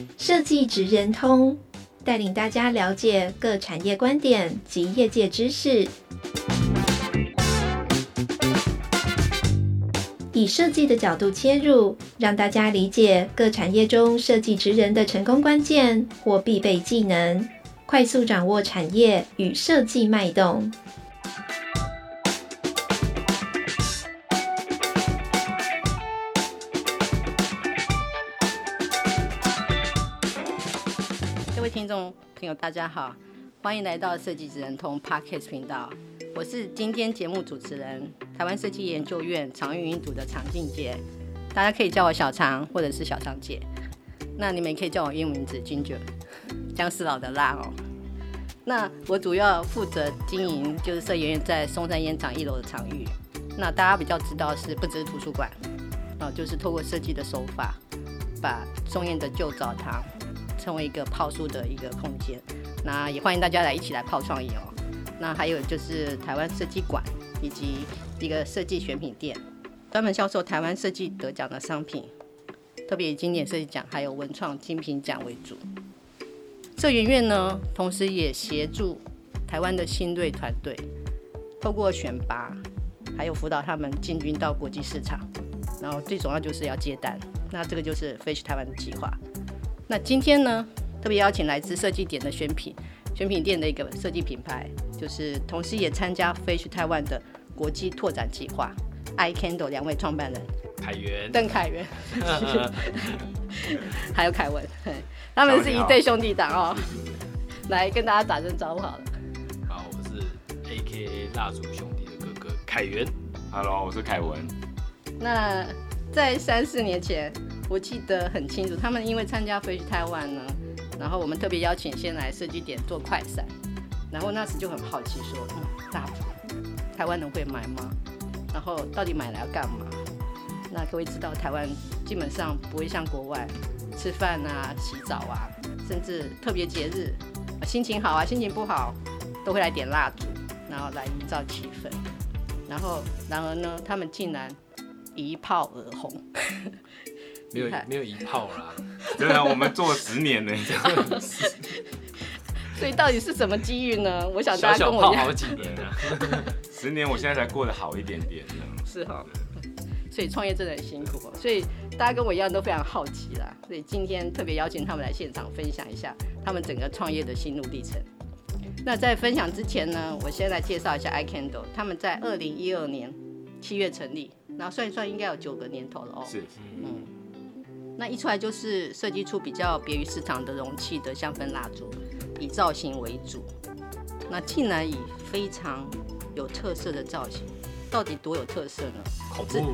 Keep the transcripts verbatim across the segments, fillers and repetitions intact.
设计职人通，带领大家了解各产业观点及业界知识，以设计的角度切入，让大家理解各产业中设计职人的成功关键或必备技能，快速掌握产业与设计脉动。 各位听众朋友大家好，欢迎来到设计职人通 Podcast 频道，我是今天节目主持人台湾设计研究院场域运营组的常静姐，大家可以叫我小常或者是小常姐，那你们也可以叫我英文名字 Ginger， 姜是老的辣哦。那我主要负责经营就是设研院在松山烟厂一楼的场域，那大家比较知道是不只是图书馆，就是透过设计的手法把松烟的旧澡堂成为一个泡书的一个空间，那也欢迎大家来一起来泡创意哦。那还有就是台湾设计馆以及一个设计选品店，专门销售台湾设计得奖的商品，特别以经典设计奖还有文创精品奖为主。设研院呢，同时也协助台湾的新锐团队，透过选拔还有辅导他们进军到国际市场，然后最重要就是要接单，那这个就是 Face 台湾的计划。那今天呢，特别邀请来自设计点的选品选品店的一个设计品牌，就是同时也参加 Face 台湾的国际拓展计划 iCandle 两位创办人凯源、 邓凯源还有凯文，他们是一对兄弟档哦。来跟大家打声招呼好了。 好，我是 A K A 蜡烛兄弟的哥哥凯源。 Hello， 我是凯文。 那在三四年前，我记得很清楚，他们因为参加飞去台湾呢，然后我们特别邀请先来设计点做快闪，然后那时就很好奇说，嗯，蜡烛台湾人会买吗？然后到底买来要干嘛？那各位知道，台湾基本上不会像国外吃饭啊、洗澡啊，甚至特别节日，心情好啊、心情不好，都会来点蜡烛，然后来营造气氛。然后，然而呢，他们竟然一炮而红。 没有没有一炮啦， 真的，我们做了十年了， 所以到底是什么机遇呢？我想大家跟我一样， 小小泡好几年了， 十年，我现在才过得好一点点。 是哈，所以创业真的很辛苦哦。所以大家跟我一样都非常好奇啦，所以今天特别邀请他们来现场分享一下他们整个创业的心路历程。那在分享之前呢，我先来介绍一下 iCandle， 他们在二零一二年七月成立，然后算一算应该有九个年头了哦。 是， 嗯。那一出来就是设计出比较别于市场的容器的香氛蜡烛，以造型为主。那竟然以非常有特色的造型，到底多有特色呢？ 恐怖，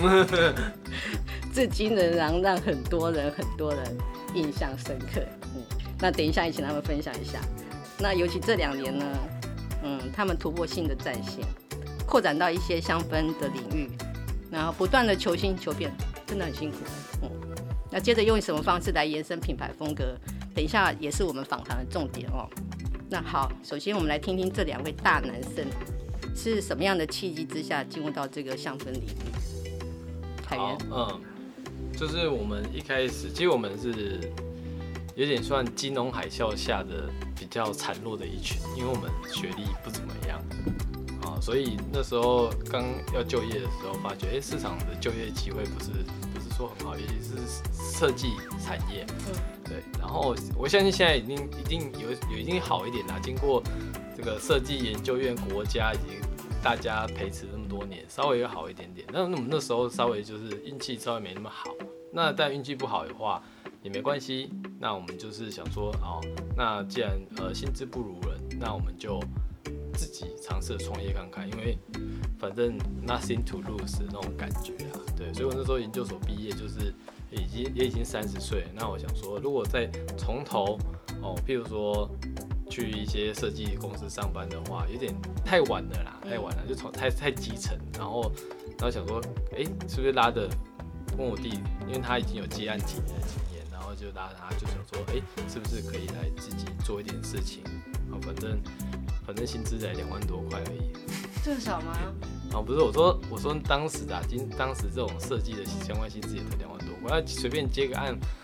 至今仍然让很多人很多人印象深刻。嗯，那等一下也请他们分享一下。那尤其这两年呢，嗯，他们突破性的战线，扩展到一些香氛的领域，然后不断的求新求变，真的很辛苦。嗯。那接着用什么方式来延伸品牌风格？等一下也是我们访谈的重点哦。那好，首先我们来听听这两位大男生是什么样的契机之下进入到这个香氛领域。凯源， 嗯，就是我们一开始，其实我们是有点算金融海啸下的比较孱弱的一群，因为我们学历不怎么样啊，所以那时候刚要就业的时候，发觉哎、欸，市场的就业机会不是。很好，尤其是设计产业，嗯，对。然后我相信现在已经一定有有已经好一点啦。经过这个设计研究院国家以及大家陪持那么多年，稍微有好一点点。那我们那时候稍微就是运气稍微没那么好。那但运气不好的话也没关系。那我们就是想说，哦，那既然呃薪资不如人，那我们就自己尝试创业看看，因为反正 nothing to lose 那种感觉啊。对，所以我那时候研究所毕业，就是已经也已经三十岁。那我想说，如果再从头哦，譬如说去一些设计公司上班的话，有点太晚了啦，太晚了，就从太太基层。然后，然后想说，哎、欸，是不是拉的？问我弟，因为他已经有接案几年的经验，然后就拉他，就想说，哎、欸，是不是可以来自己做一点事情？啊，反正反正薪资才两万多块而已。 这么少吗？ 哦，不是，我说我说当时啊，今当时这种设计的相关薪资也才两万多，我要随便接个案，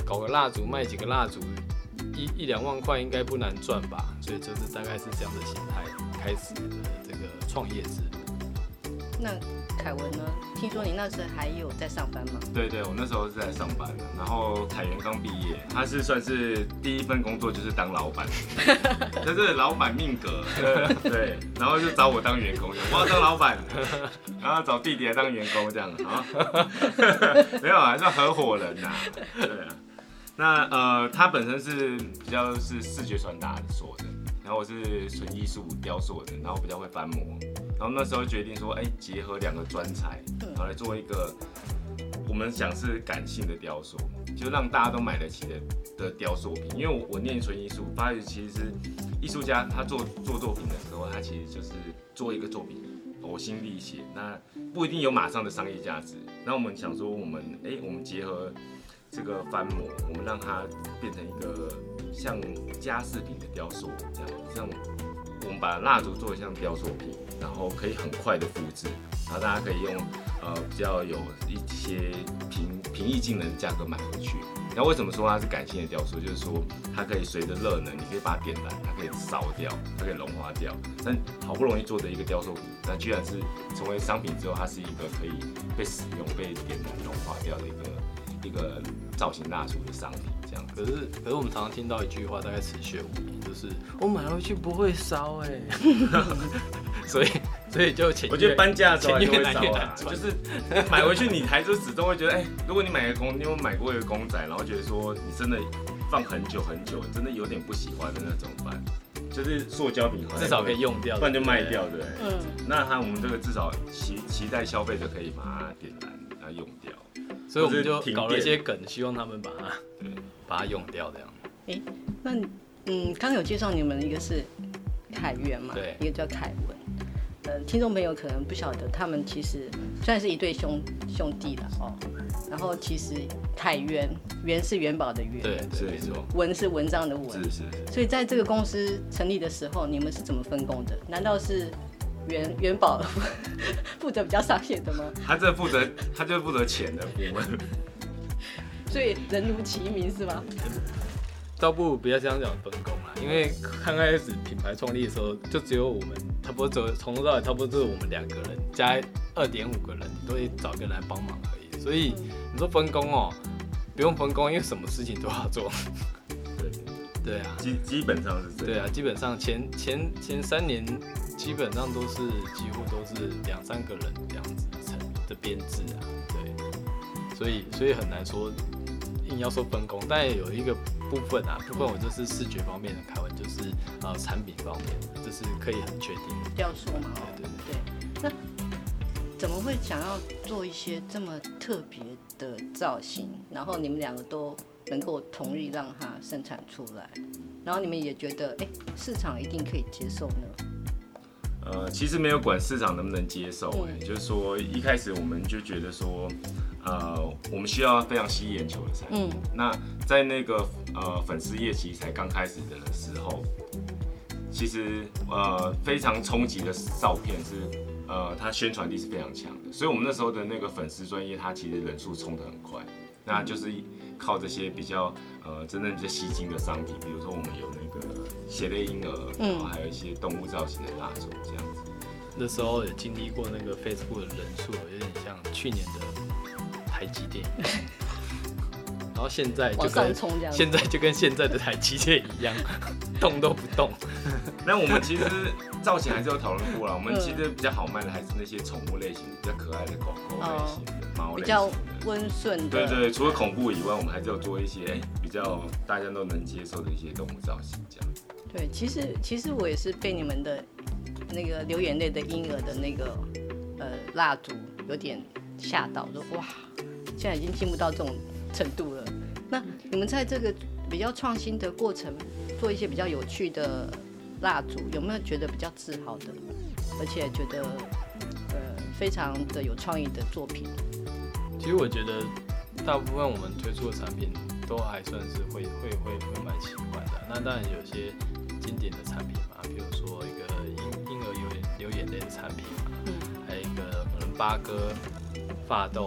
搞个蜡烛卖几个蜡烛，一一两万块应该不难赚吧？所以就是大概是这样的心态开始的这个创业之路。 那凯文呢？听说你那时候还有在上班吗？ 对对，我那时候是在上班的，然后凯源刚毕业，他是算是第一份工作就是当老板，就是老板命格，对，然后就找我当员工，我要当老板，然后找弟弟来当员工这样啊，没有啊，是合伙人呐、啊，对啊。那呃，他本身是比较是视觉传达所的，然后我是纯艺术雕塑的，然后比较会翻模。然后那时候决定说，哎、欸，结合两个专才，然后来做一个我们想是感性的雕塑，就让大家都买得起的的雕塑品。因为我我念纯艺术，发现其实艺术家他做做作品的时候，他其实就是做一个作品，呕心沥血，那不一定有马上的商业价值。那我们想说，我们哎、欸，我们结合这个翻模，我们让它变成一个像家饰品的雕塑这样，像我们把蜡烛做得像雕塑品。然后可以很快的复制，然后大家可以用呃比较有一些平平易近人的价格买回去。那为什么说它是感性的雕塑？就是说它可以随着热能，你可以把它点燃，它可以烧掉，它可以融化掉。但好不容易做的一个雕塑品，那居然是成为商品之后，它是一个可以被使用、被点燃、融化掉的一个一个造型蜡烛的商品。这样， 可是可是我们常常听到一句话，大概持续五年，就是我买回去不会烧哎、欸。所以，所以就钱， 我觉得搬家的时候还是会烧啊， 就就是买回去你还是始终会觉得，哎、欸，如果你买个公，你有买过一个公仔，然后觉得说你真的放很久很久，真的有点不喜欢的那怎么办？就是塑胶品， 至少可以用掉， 不然就卖掉，对不对？ 嗯。 那他我们这个至少期期待消费者可以把它点燃，把它用掉。 所以我们就搞了一些梗，希望他们把它对把它用掉这样。 哎、欸，那嗯，刚刚有介绍你们一个是凯源嘛， 对， 一个叫凯文。呃，听众朋友可能不晓得，他们其实虽然是一对兄兄弟啦哦，然后其实凯源元是元宝的元， 对，是没错， 文是文章的文， 是是是。 所以在这个公司成立的时候，你们是怎么分工的？难道是元元宝负责比较商业的吗？ 他这负责，他就负责钱的部分。 所以人如其名是吗？ 倒不如不要这样讲分工啦，因为刚开始品牌创立的时候，就只有我们，差不多从头到尾差不多就是我们两个人加二点五个人，你都会找一个人来帮忙而已。所以你说分工哦、喔，不用分工，因为什么事情都要做。 对对啊， 基基本上是这样。 对啊，基本上前前前三年基本上都是几乎都是两三个人这样子成的编制啊，对，所以所以很难说。硬要说分工，但有一个部分啊，部分我就是视觉方面的，凯文就是呃产品方面的，这是可以很确定的。 雕塑嘛， 对对对。那怎么会想要做一些这么特别的造型？然后你们两个都能够同意让它生产出来，然后你们也觉得，哎、欸，市场一定可以接受呢？ 呃，其实没有管市场能不能接受、欸，哎、 嗯， 就是说一开始我们就觉得说。呃，我们需要非常吸眼球的产品。嗯，那在那个呃粉丝页其实才刚开始的时候，其实呃非常冲击的照片是呃它宣传力是非常强的，所以我们那时候的那个粉丝专页，它其实人数冲得很快。那就是靠这些比较呃真正比较吸睛的商品，比如说我们有那个血泪婴儿，然后还有一些动物造型的蜡烛这样子。 那时候也经历过那个 Facebook 的人数，有点像去年的。台积电，然后现在就跟现在就跟现在的台积电一样，动都不动。 那我们其实造型还是有讨论过啦，我们其实比较好卖的还是那些宠物类型、比较可爱的狗狗类型的、猫类型的， 比较温顺的。 对对，除了恐怖以外，我们还是有做一些、欸、比较大家都能接受的一些动物造型这样。 对，其实其实我也是被你们的那个流眼泪的婴儿的那个呃蜡烛有点吓到，说哇。现在已经进不到这种程度了。那你们在这个比较创新的过程，做一些比较有趣的蜡烛，有没有觉得比较自豪的，而且觉得呃非常的有创意的作品？ 其实我觉得大部分我们推出的产品都还算是会会会会蛮喜欢的。那当然有些经典的产品嘛，比如说一个婴婴儿流眼流眼泪的产品嘛，嗯，还有一个可能八哥发豆。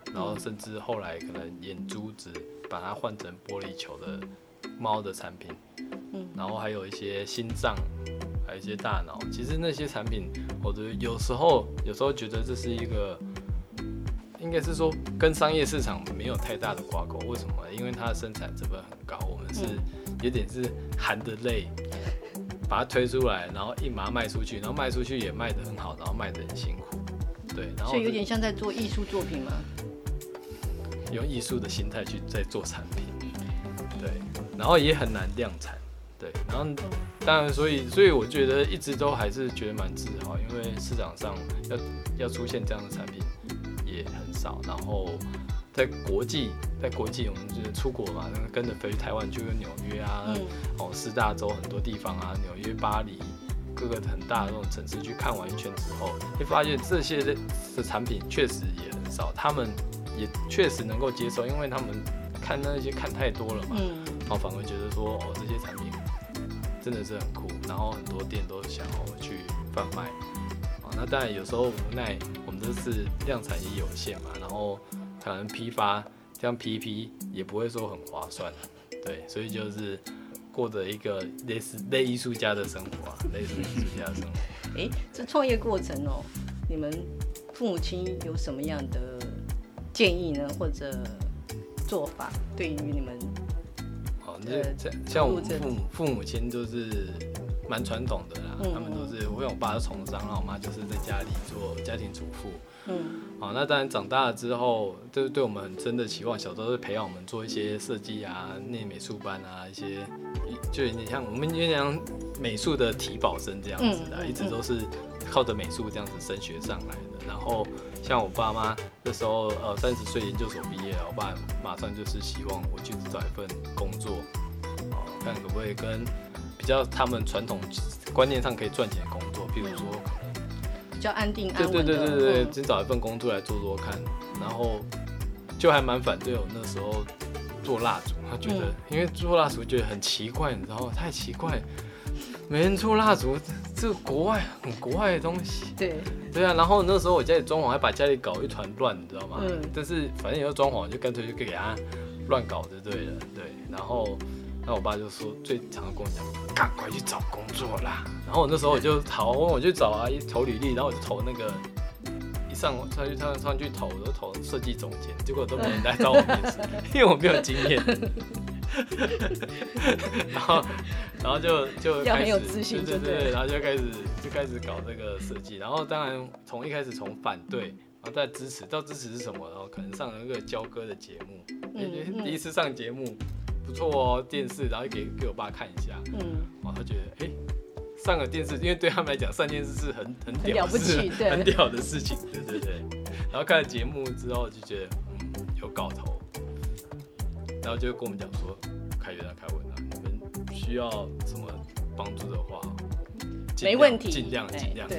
然后甚至后来可能眼珠子把它换成玻璃球的猫的产品，嗯，然后还有一些心脏，还有一些大脑。其实那些产品，我觉得有时候有时候觉得这是一个，应该是说跟商业市场没有太大的挂钩。为什么？因为它的生产成本很高，我们是有点是含着泪把它推出来，然后硬把它卖出去，然后卖出去也卖得很好，然后卖得很辛苦。对，然后所以有点像在做艺术作品吗？ 用艺术的心态去在做产品，对，然后也很难量产，对，然后当然，所以所以我觉得一直都还是觉得蛮自豪，因为市场上要要出现这样的产品也很少，然后在国际在国际我们就是出国嘛，跟着飞去台湾去纽约啊，嗯、哦四大洲很多地方啊，纽约、巴黎。各个很大的那种城市去看完一圈之后，会发现这些的产品确实也很少，他们也确实能够接受，因为他们看那些看太多了嘛，嗯，然后反而觉得说，哦，这些产品真的是很酷，然后很多店都想要去贩卖，啊，那当然有时候无奈我们这次量产也有限嘛，然后可能批发这样批一批也不会说很划算，对，所以就是。过着一个类似类艺术家的生活啊，类似艺术家的生活。 哎、欸，这创业过程哦，你们父母亲有什么样的建议呢，或者做法？对于你们， 哦，那像我们父母父母亲就是蛮传统的啦，嗯、他们都是，我跟我爸是从商，然后我妈就是在家里做家庭主妇。嗯，好，那当然长大了之后，就是对我们很深的期望。小时候是培养我们做一些设计啊、念美术班啊，一些就有点像我们有点像美术的体保生这样子的，嗯、一直都是靠着美术这样子升学上来的。然后像我爸妈那时候，呃，三十岁研究所毕业了，我爸马上就是希望我去找一份工作，哦，看可不可以跟比较他们传统观念上可以赚钱的工作，譬如说。 比较安定安稳的， 对对对对对，先找一份工作来做做看，然后就还蛮反对我那时候做蜡烛，他觉得、嗯、因为做蜡烛觉得很奇怪，你知道吗？太奇怪，没人做蜡烛，这国外很国外的东西，对对啊。然后那时候我家里装潢还把家里搞一团乱，你知道吗？嗯。但是反正以后装潢就干脆就给他乱搞就对了，对。然后。那我爸就说，最常跟我讲，赶快去找工作啦。然后我那时候我就投，我就找啊，一投履历，然后我就投那个，一上上去上上去投，我就投设计总监，结果都没人来找我面试，因为我没有经验。然后，然后就就要很有自信， 对对对，然後就開始就開始搞這個設計，然後當然從一開始從反對，然後再支持，到支持是什麼？然後可能上了那個交歌的節目，嗯、第一次上節目不錯哦，電視，然後給給我爸看一下，嗯，然後他覺得哎。欸上了電視，因為對他們來講，上電視是很很屌的事，很, 很屌的事情，對對對。然後看了節目之後，就覺得嗯有搞頭，然後就跟我們講說，開源啊，開文啊，你們需要什麼幫助的話， 沒問題， 盡量盡量。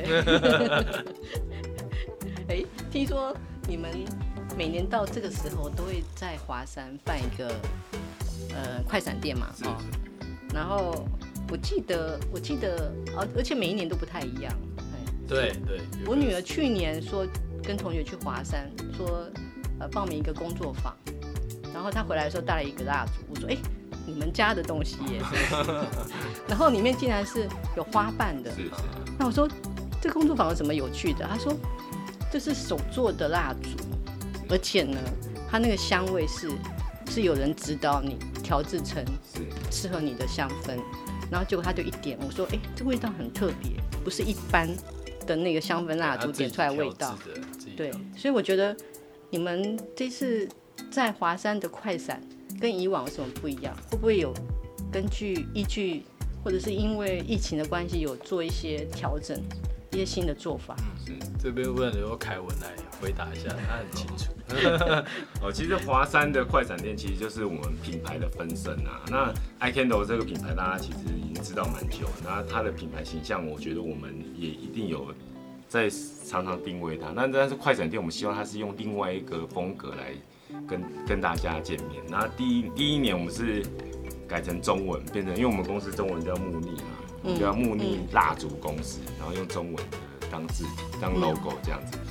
哎，聽說你們每年到這個時候都會在華山辦一個呃快閃店嘛，哦，然後。我記得，我記得，而且每一年都不太一樣。 對對。 我女兒去年說跟同學去華山，說呃報名一個工作坊，然後她回來的時候帶了一個蠟燭，我說哎、欸，你們家的東西耶，然後裡面竟然是有花瓣的。是是。那我說這個工作坊有什麼有趣的？她說這是手做的蠟燭，而且呢，它那個香味是是有人指導你調製成適合你的香氛。然後結果他就一點，我說：“哎、欸，這味道很特別，不是一般的那個香氛蠟燭點出來的味道。”對，所以我覺得你們這次在華山的快閃跟以往有什麼不一樣？會不會有根據依據，或者是因為疫情的關係有做一些調整，一些新的做法？ 嗯，這邊問由凱文來回答一下，他很清楚。 哦，其實華山的快閃店其實就是我們品牌的分身啊。那 iCandle 這個品牌大家其實已經知道蠻久，那它的品牌形象，我覺得我們也一定有在常常定位它。那但是快閃店，我們希望它是用另外一個風格來跟跟大家見面。那第一第一年我們是改成中文，變成因為我們公司中文叫木逆嘛，我們叫木逆蠟燭公司，然後用中文的當字體當 logo 這樣子。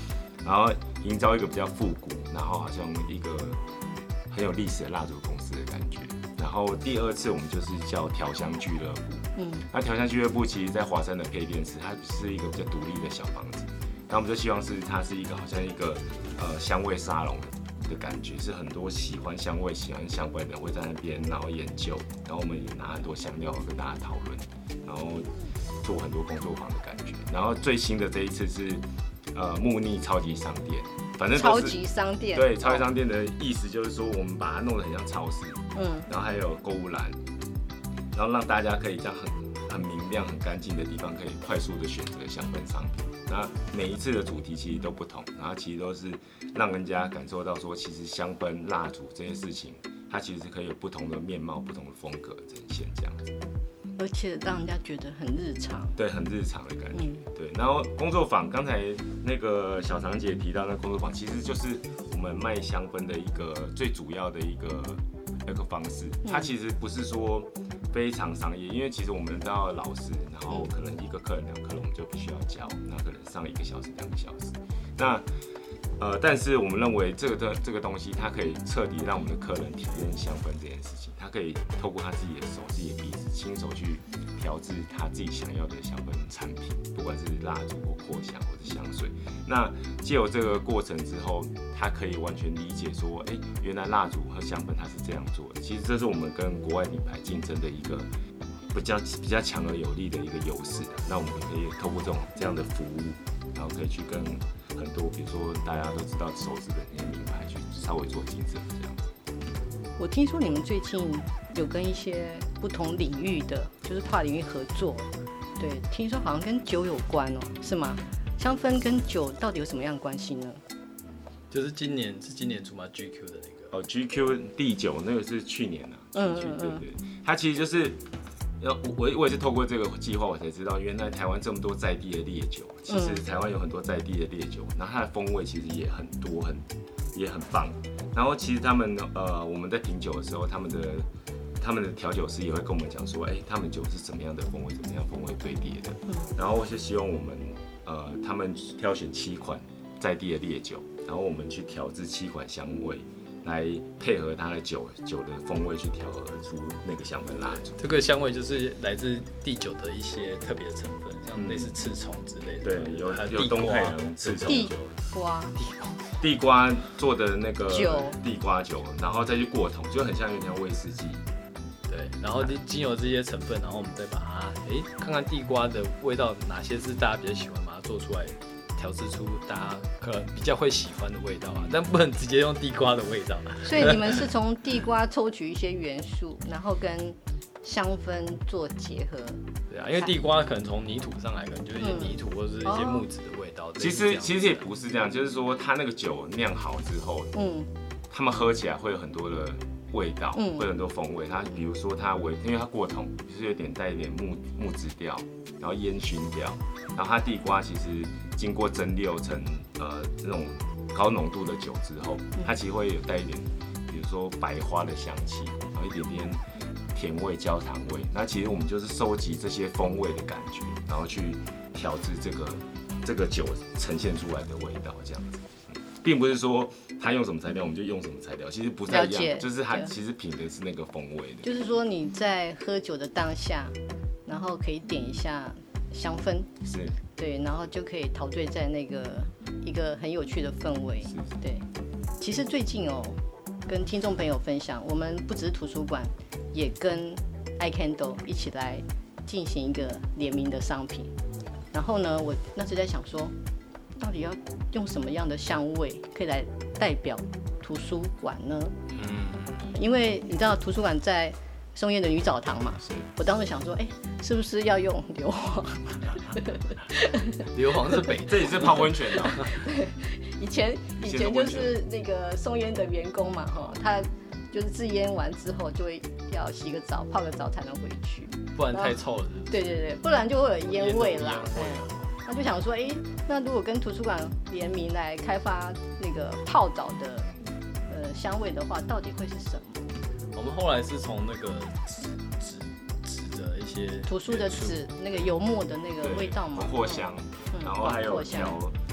然后营造一个比较复古，然后好像一个很有历史的蜡烛公司的感觉。然后第二次我们就是叫调香俱乐部，嗯，那调香俱乐部其实在华山的配电室，它是一个比较独立的小房子，那我们就希望是它是一个好像一个呃香味沙龙的感觉，是很多喜欢香味、喜欢香氛的人会在那边然后研究，然后我们也拿很多香料跟大家讨论，然后做很多工作坊的感觉。然后最新的这一次是呃慕尼超级商店，反正超级商店， 对，超级商店的意思就是说我们把它弄得很像超市，嗯，然后还有购物篮，然后让大家可以这样很很明亮、很干净的地方，可以快速的选择香氛商品。那每一次的主题其实都不同，然后其实都是让人家感受到说，其实香氛、蜡烛这些事情，它其实可以有不同的面貌、不同的风格呈现这样子， 而且让人家觉得很日常， 对，很日常的感觉，嗯、对。然后工作坊，刚才那个小常姐提到那工作坊，其实就是我们卖香氛的一个最主要的一个那个方式，它其实不是说非常商业，因为其实我们都要老师，然后可能一个客人、两个客人我们就必须要教，那可能上一个小时、两个小时。那呃，但是我们认为这个这个东西，它可以彻底让我们的客人体验香氛这件事情，他可以透过他自己的手、自己的鼻子，亲手去调制他自己想要的香氛产品，不管是蜡烛或扩香或者香水。那藉由这个过程之后，他可以完全理解说，哎、欸，原来蜡烛和香氛它是这样做的。其实这是我们跟国外品牌竞争的一个比较比较强而有力的一个优势。那我们可以透过这种这样的服务，然后可以去跟很多，比如说大家都知道熟知的那些名牌去稍微做竞争这样子。 我听说你们最近有跟一些不同领域的，就是跨领域合作，对，听说好像跟酒有关哦，是吗？香氛跟酒到底有什么样的关系呢？ 就是今年是今年出嘛 G Q 的那个哦 ，G Q 第九那个是去年啊，嗯嗯嗯，对对，它其实就是。我我也是透过这个计划，我才知道原来台湾这么多在地的烈酒，其实台湾有很多在地的烈酒，然后它的风味其实也很多，很也很棒。然后其实他们呃我们在品酒的时候，他们的他们的调酒师也会跟我们讲说，哎、欸，他们酒是什么样的风味，怎么样风味堆叠的。然后我是希望我们呃他们挑选七款在地的烈酒，然后我们去调制七款香味。来配合它的酒酒的风味去调和出那个香氛蜡烛。 这个香味就是来自地酒的一些特别成分，像类似刺葱之类的。 对，有有东太阳刺葱酒、地瓜、 地瓜做的那个酒， 地瓜酒，然后再去过桶，就很像有点像威士忌。 对，然后经由这些成分，然后我们再把它，哎，看看地瓜的味道哪些是大家比较喜欢，把它做出来。调制出大家可能比较会喜欢的味道啊，但不能直接用地瓜的味道。 所以你们是从地瓜抽取一些元素，然后跟香氛做结合。 对啊，因为地瓜可能从泥土上来，可能就是一些泥土或者是一些木质的味道。 其实其实也不是这样，就是说它那个酒酿好之后，嗯，他们喝起来会有很多的味道，嗯，会有很多风味。它比如说它为因为它过桶，就是有点带一点木木质调，然后烟熏调，然后它地瓜其实。经过蒸馏成呃这种高浓度的酒之后，它其实会有带一点，比如说白花的香气，然后一点点甜味、焦糖味。那其实我们就是收集这些风味的感觉，然后去调制这个这个酒呈现出来的味道，这样子，嗯、并不是说它用什么材料我们就用什么材料，其实不太一样，就是它其实品的是那个风味的。 就是说你在喝酒的当下，然后可以点一下香氛， 是。 对，然后就可以陶醉在那个一个很有趣的氛围。对，其实最近哦，跟听众朋友分享，我们不只是图书馆，也跟 iCandle 一起来进行一个联名的商品。然后呢，我那时在想说，到底要用什么样的香味可以来代表图书馆呢？嗯，因为你知道图书馆在松烟的女澡堂嘛，我当时想说，哎、欸，是不是要用硫磺？ 硫磺是北， 这里是泡温泉的、哦。 对，以前以前就是那个松烟的员工嘛，哈，他就是制烟完之后就会要洗个澡、泡个澡才能回去， 不然太臭了是不是。 对对对，不然就会有烟味啦。他就想说，哎、欸，那如果跟图书馆联名来开发那个泡澡的呃香味的话，到底会是什么？ 我们后来是从那个纸纸纸的一些图书的纸，那个油墨的那个味道嘛， 藿香，然后还有调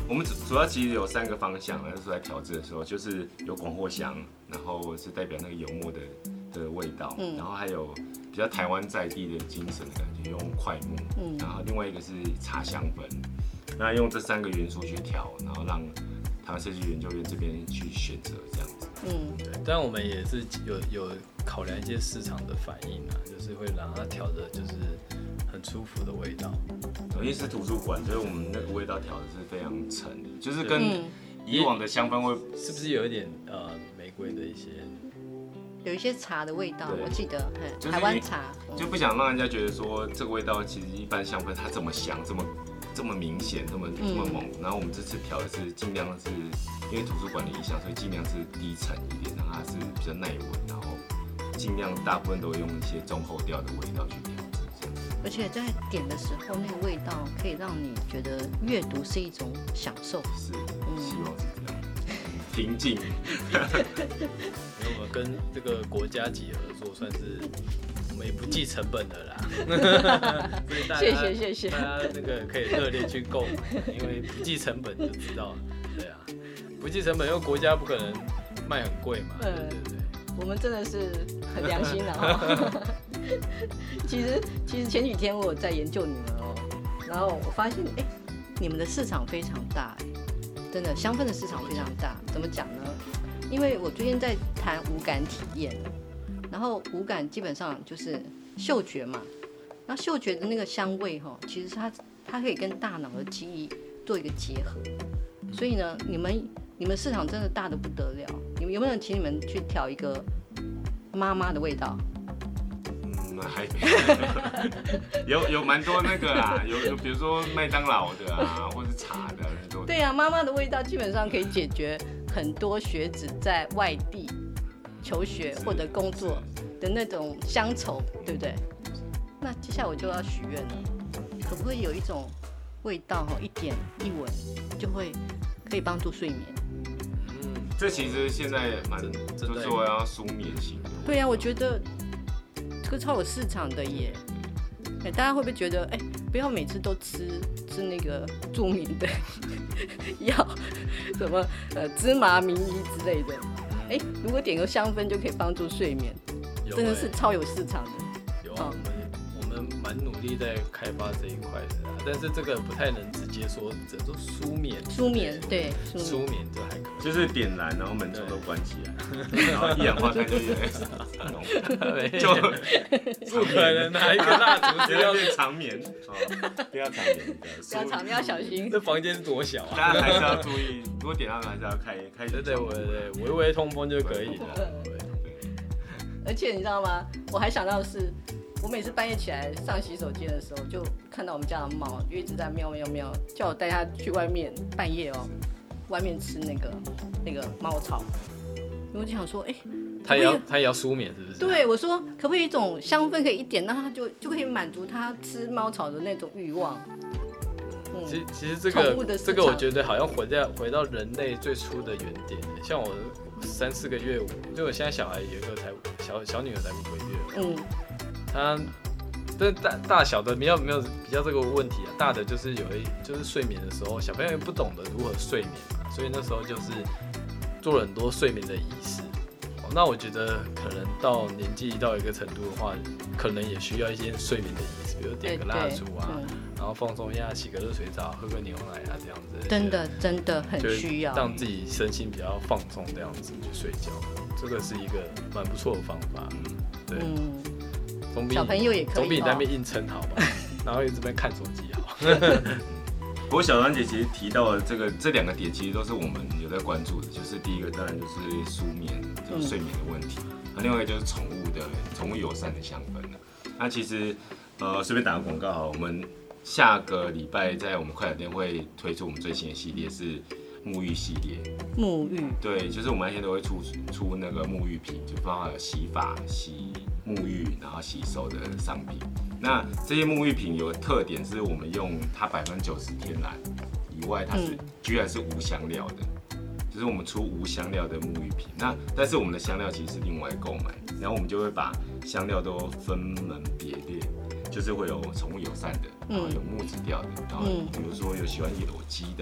我们主要其实有三个方向，那时候在调制的时候，就是有广藿香，然后是代表那个油墨的的味道，嗯，然后还有比较台湾在地的精神的感觉，用块木，嗯，然后另外一个是茶香粉，那用这三个元素去调，然后让台湾设计研究院这边去选择这样子， 嗯，对，但我们也是有有考量一些市场的反应啊，就是会让它调的就是很舒服的味道。 因为是图书馆，所以我们那个味道调的是非常沉的，就是跟以往的香氛味是不是有一点呃玫瑰的一些， 有一些茶的味道，我记得，就是、台湾茶， 就不想让人家觉得说这个味道其实一般香氛它这么香，这么这么明显，这么这么猛。嗯、然后我们这次调的是尽量是因为图书馆的意向，所以尽量是低沉一点，让它是比较耐闻，然后尽量大部分都用一些中后调的味道去调。 而且在点的时候，那个味道可以让你觉得阅读是一种享受。 是，嗯、希望是这样，平静。 因为我们跟这个国家级合作，算是我们也不计成本的啦。所以大家谢谢谢谢， 大家那个可以热烈去购买，因为不计成本就知道，对啊，不计成本，因为国家不可能卖很贵嘛。对对对。 我们真的是很良心的哦。其实，其实前几天我有在研究你们哦，然后我发现，哎，你们的市场非常大，哎，真的香氛的市场非常大。怎么讲呢？因为我最近在谈五感体验，然后五感基本上就是嗅觉嘛，然后嗅觉的那个香味哈，其实它它可以跟大脑的记忆做一个结合，所以呢，你们你们市场真的大得不得了。你们有没有人请你们去调一个妈妈的味道？ 嗯，还没有有蛮多那个啦，有有比如说麦当劳的啊，或是茶的那种。 对啊，妈妈的味道基本上可以解决很多学子在外地求学或者工作的那种乡愁，对不对？那接下来我就要许愿了，可不可以有一种味道一点一闻就会可以帮助睡眠？ 这其实现在蛮就说要舒眠型的。 对呀、啊，我觉得这个超有市场的耶。哎，大家会不会觉得，哎，不要每次都吃吃那个著名的药，什么呃芝麻名医之类的？哎，如果点个香氛就可以帮助睡眠，真的是超有市场的。 有啊，我们我们蛮努力在开发这一块的啦，但是这个不太能直接说，只能说舒眠。 舒眠，对， 舒眠就还可以。 就是点燃，然后门窗都关起来，然后一氧化碳就越来越就不可能拿一个蜡烛只要变长眠，不要长眠， 不要长眠要小心。 这房间是多小啊！ 大家还是要注意，如果点上还是要开开。 对对对对，微微通风就可以了。 而且你知道吗？我还想到的是，我每次半夜起来上洗手间的时候，就看到我们家的猫就一直在喵喵喵，叫我带它去外面半夜哦，外面吃那个那个猫草。我就想说，哎、欸， 它也要它也要舒眠是不是？ 对，我说可不可以一种香氛可以一点，那它就就可以满足它吃猫草的那种欲望。 嗯、其实其实这个这个我觉得好像回到回到人类最初的原点，像我三四个月，就我现在小孩有一个才小小女儿才五个月，嗯，她但大大小的没有没有比较这个问题啊，大的就是有一就是睡眠的时候，小朋友不懂得如何睡眠嘛，所以那时候就是做了很多睡眠的仪式。那我觉得可能到年纪到一个程度的话，可能也需要一些睡眠的仪式，比如点个蜡烛啊，然后放松一下，洗个热水澡，喝个牛奶啊，这样子。 真的真的很需要， 让自己身心比较放松，这样子去睡觉，这个是一个蛮不错的方法。对，嗯，总比小朋友也可以， 总比你在那边硬撑好吧，然后一直在那边看手机好。 不过小兰姐其实提到的这个这两个点，其实都是我们有在关注的，就是第一个当然就是舒眠，就是睡眠的问题，那、嗯、另外一个就是宠物的宠物友善的香氛了。那其实呃随便打个广告好了，我们下个礼拜在我们快闪店会推出我们最新的系列是沐浴系列。 沐浴， 对，就是我们那天都会出出那个沐浴品，就包含有洗发、洗沐浴，然后洗手的商品。那这些沐浴品有个特点，是我们用它百分之九十天然以外，它是、嗯、居然是无香料的，就是我们出无香料的沐浴品。那但是我们的香料其实是另外购买，然后我们就会把香料都分门别列，就是会有宠物友善的，然后有木质调的，然后比如说有喜欢有机的，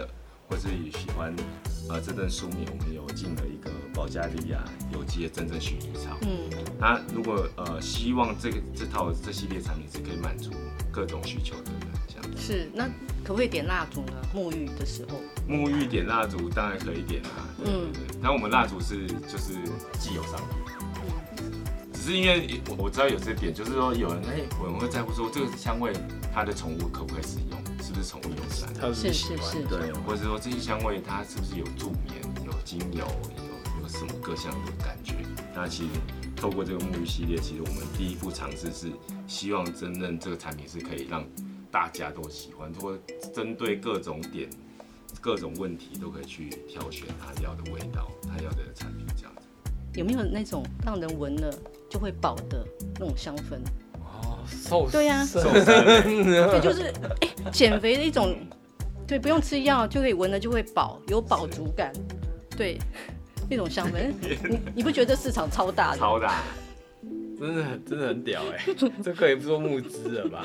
或是喜欢呃真正舒眠，我们有进了一个保加利亚有机的真正薰衣草。嗯，那如果呃希望这个这套这系列产品是可以满足各种需求的人，这样是那可不可以点蜡烛呢？沐浴的时候， 沐浴点蜡烛当然可以点啊。嗯，那我们蜡烛是就是既有商品。只是因为我知道有些点，就是说有人哎，有人会在乎说这个香味，它的宠物可不可以使用，是不是宠物友善？ 他是喜欢对，或者说这些香味它是不是有助眠、有精油、有有什么各项的感觉？那其实透过这个沐浴系列，其实我们第一步尝试是希望真正这个产品是可以让大家都喜欢，或针对各种点、各种问题都可以去挑选他要的味道、他要的产品这样子。 有没有那种让人闻了就会饱的那种香氛？ 哦，瘦对呀、啊， 瘦身，对， 就是哎、欸，减肥的一种，对，不用吃药就可以闻了就会饱，有饱足感，对，那种香氛，你你不觉得市场超大的？ 超大， 真的真的很屌哎、欸，这可以做募资了吧？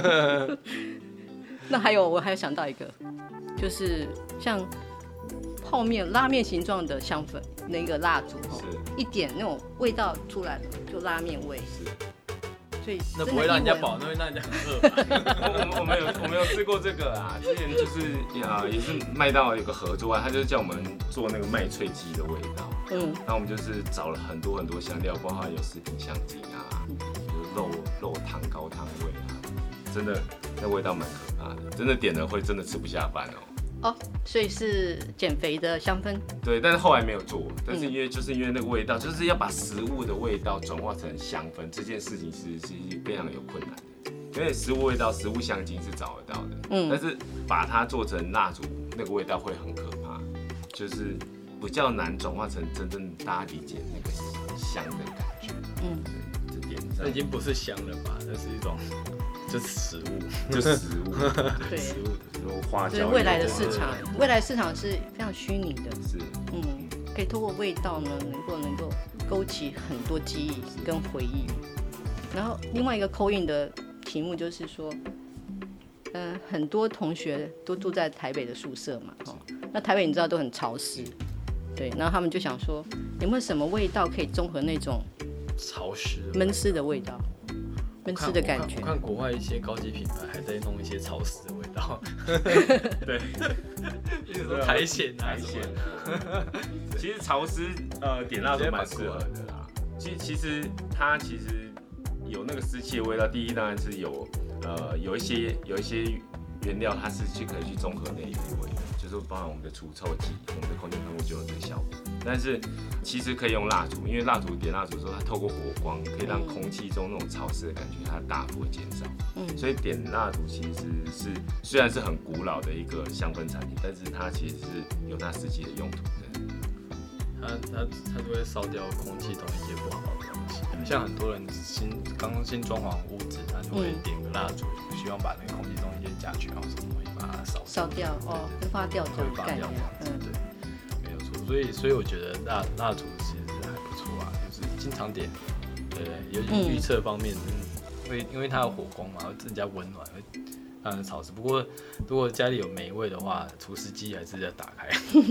那还有我还有想到一个，就是像泡面拉面形状的香粉，那个蜡烛哈，一点那种味道出来了，就拉面味。 是， 所以那不会让人家饱，那会让人家很饿吧？ 我我没有我没有吃过这个啊，之前就是啊也是麦当劳有个合作啊，他就是叫我们做那个麦脆鸡的味道。嗯，那我们就是找了很多很多香料，包括有食品香精啊，就是肉肉汤高汤味啊，真的那味道蛮可怕的，真的点了会真的吃不下饭哦。 哦，所以是减肥的香氛。 对，但是后来没有做，但是因为、嗯、就是因为那个味道，就是要把食物的味道转化成香氛，这件事情是是非常有困难的。因为食物味道、食物香精是找得到的，嗯，但是把它做成蜡烛，那个味道会很可怕，就是比较难转化成真正大家理解那个香的感觉。嗯，这点上那已经不是香了吧？那是一种。就是食物， 就是食物， 对， 食物的花椒。 就是未来的市场，未来市场是非常虚拟的， 是， 嗯，可以透过味道呢，能够能够勾起很多记忆跟回忆。然后另外一个call in的题目就是说，嗯、呃，很多同学都住在台北的宿舍嘛，哦，那台北你知道都很潮湿，对，然后他们就想说，有没有什么味道可以综合那种潮湿、 闷湿的味道？闷湿的感觉。 我 看, 我看国外一些高级品牌还在弄一些潮湿的味道，对，比如说苔藓啊， 苔藓啊。其实潮湿呃点蜡烛蛮适合的啦。其实其实它其实有那个湿气的味道，第一当然是有呃有一些有一些原料它是去可以去综合那一类味的，就是包含我们的除臭剂，我们的空气喷雾就有这个效果。但是其实可以用蜡烛，因为蜡烛点蜡烛的时候，它透过火光可以让空气中那种潮湿的感觉它大幅的减少。嗯，所以点蜡烛其实是虽然是很古老的一个香氛产品，但是它其实是有它实际的用途的。 它它它就会烧掉空气中一些不好的东西，像很多人新刚新装潢屋子，他就会点个蜡烛，希望把那个空气中一些甲醛啊什么东西把它烧烧掉哦，挥发掉这种概念。 嗯，对。所以，所以我觉得蜡蜡烛其实还不错啊，就是经常点，对，尤其预测方面，嗯，会因为它有火光嘛，会增加温暖，会让人潮湿。不过，如果家里有霉味的话，除湿机还是要打开。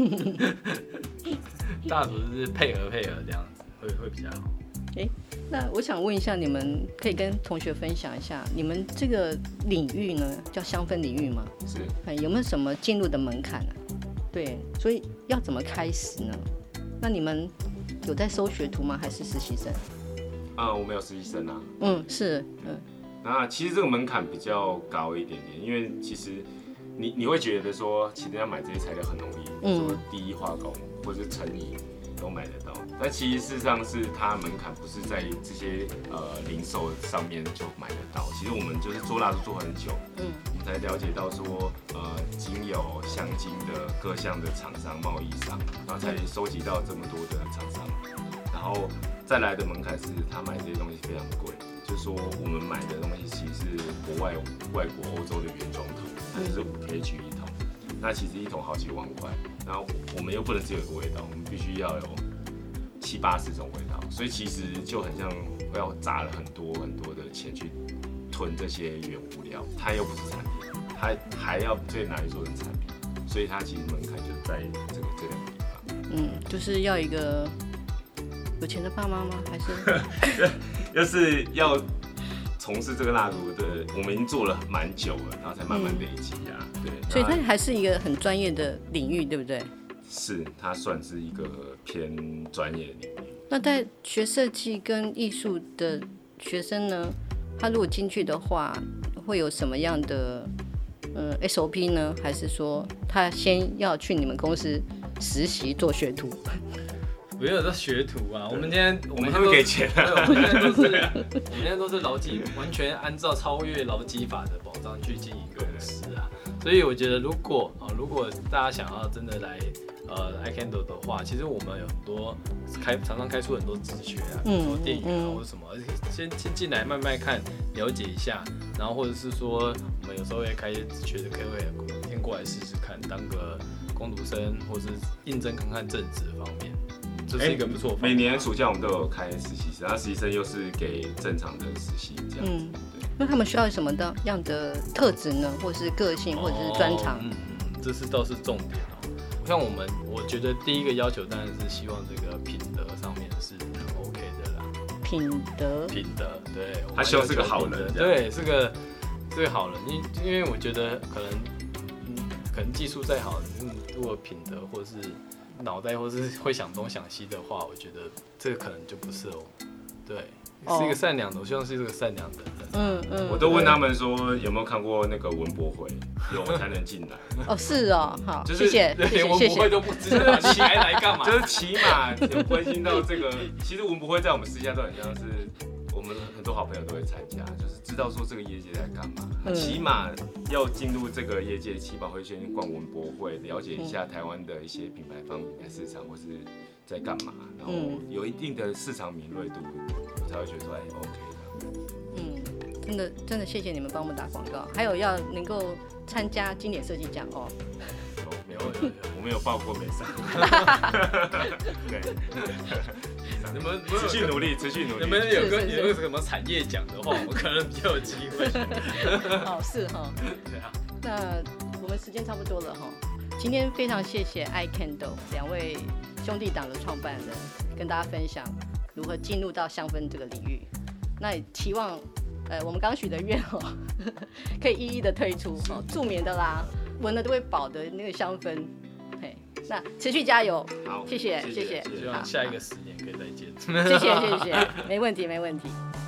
蜡烛是配合配合这样子，会会比较好。 欸，那我想问一下，你们可以跟同学分享一下，你们这个领域呢，叫香氛领域吗？ 是。 有没有什么进入的门槛啊？对，所以要怎么开始呢？那你们有在收学徒吗？还是实习生？ 啊、呃，我们有实习生啊。 嗯，是，嗯。 那其实这个门槛比较高一点点，因为其实你你会觉得说，其实要买这些材料很容易，嗯，说第一化工或者是成衣都买得到，但其实事实上是它门槛不是在这些呃零售上面就买得到。其实我们就是做蜡烛做很久，嗯，我们才了解到说，呃，精油、香精的各项的厂商、贸易商，然后才收集到这么多的厂商，然后再来的门槛是他买这些东西非常贵，就是说我们买的东西其实是国外外国欧洲的原装桶，它就是五 K G 一桶，那其实一桶好几万块，然后我们又不能只有一个味道，我们必须要有七八十种味道，所以其实就很像要砸了很多很多的钱去囤这些原物料，它又不是产品，它还要最拿去做成产品，所所以它其实门槛就在这个这两个地方。 嗯，就是要一个有钱的爸妈吗？还是要是要从事这个蜡烛的，我们已经做了蛮久了，然后才慢慢累积啊。嗯、对， 所以它还是一个很专业的领域，对不对？ 是，它算是一个偏专业的领域。 那在学设计跟艺术的学生呢，他如果进去的话，会有什么样的呃 S O P 呢？还是说他先要去你们公司实习做学徒？ 没有在学徒啊，我们今天我们会给钱啊， 我们现在都是我们现在都是劳基，完全按照超越劳基法的保障去经营公司啊。所以我觉得，如果啊，如果大家想要真的来呃 iCandle 的话，其实我们有很多开常常开出很多职缺啊，比如说店员啊或者什么，先先进来慢慢看了解一下，然后或者是说我们有时候会开一些职缺的，可以先过来试试看，当个工读生或是应征看看正职方面。这是一个不错、欸。 每年暑假我们都有开实习生，然后实习生又是给正常的实习这样子。嗯， 那他们需要什么样的特质呢？或者是个性，或者是专长？ 嗯嗯，这是倒是重点哦。像我们，我觉得第一个要求当然是希望这个品德上面是很 OK 的啦。 品德， 品德，对， 他希望是个好人， 对，是个是个好人。因因为我觉得可能，嗯，可能技术再好，你如果品德或者是脑袋或是会想东想西的话，我觉得这个可能就不是哦。对，是一个善良的，我希望是一个善良的人。嗯嗯。我都问他们说有没有看过那个文博会，有才能进来。 哦，是哦，好，就是谢谢， 连文博会都不知道，你还来干嘛？ 就是起码有关心到这个。其实文博会在我们私下都很像是我们很多好朋友都会参加，就是知道说这个业界在干嘛。嗯、起码要进入这个业界，起码会先逛文博会，了解一下台湾的一些品牌方、品牌市场或是在干嘛，然后有一定的市场敏锐度，我才会觉得说哎 OK 的。 嗯，真的真的谢谢你们帮我们打广告，还有要能够参加经典设计奖哦。 哦，没有没有，我们有报过没上。对。 你们持续努力，持续努力。 你们有个有个什么产业奖的话，我们可能比较有机会。 哦，是哈。对啊。那我们时间差不多了哈。今天非常谢谢 iCandle 两位兄弟党的创办人跟大家分享如何进入到香氛这个领域。那也期望呃我们刚许的愿哦，可以一一的推出哦，助眠的啦，闻了都会饱的那个香氛。嘿，那持续加油。 好， 谢谢谢谢， 希望下一个十年可以再见。 谢谢谢谢，没问题没问题。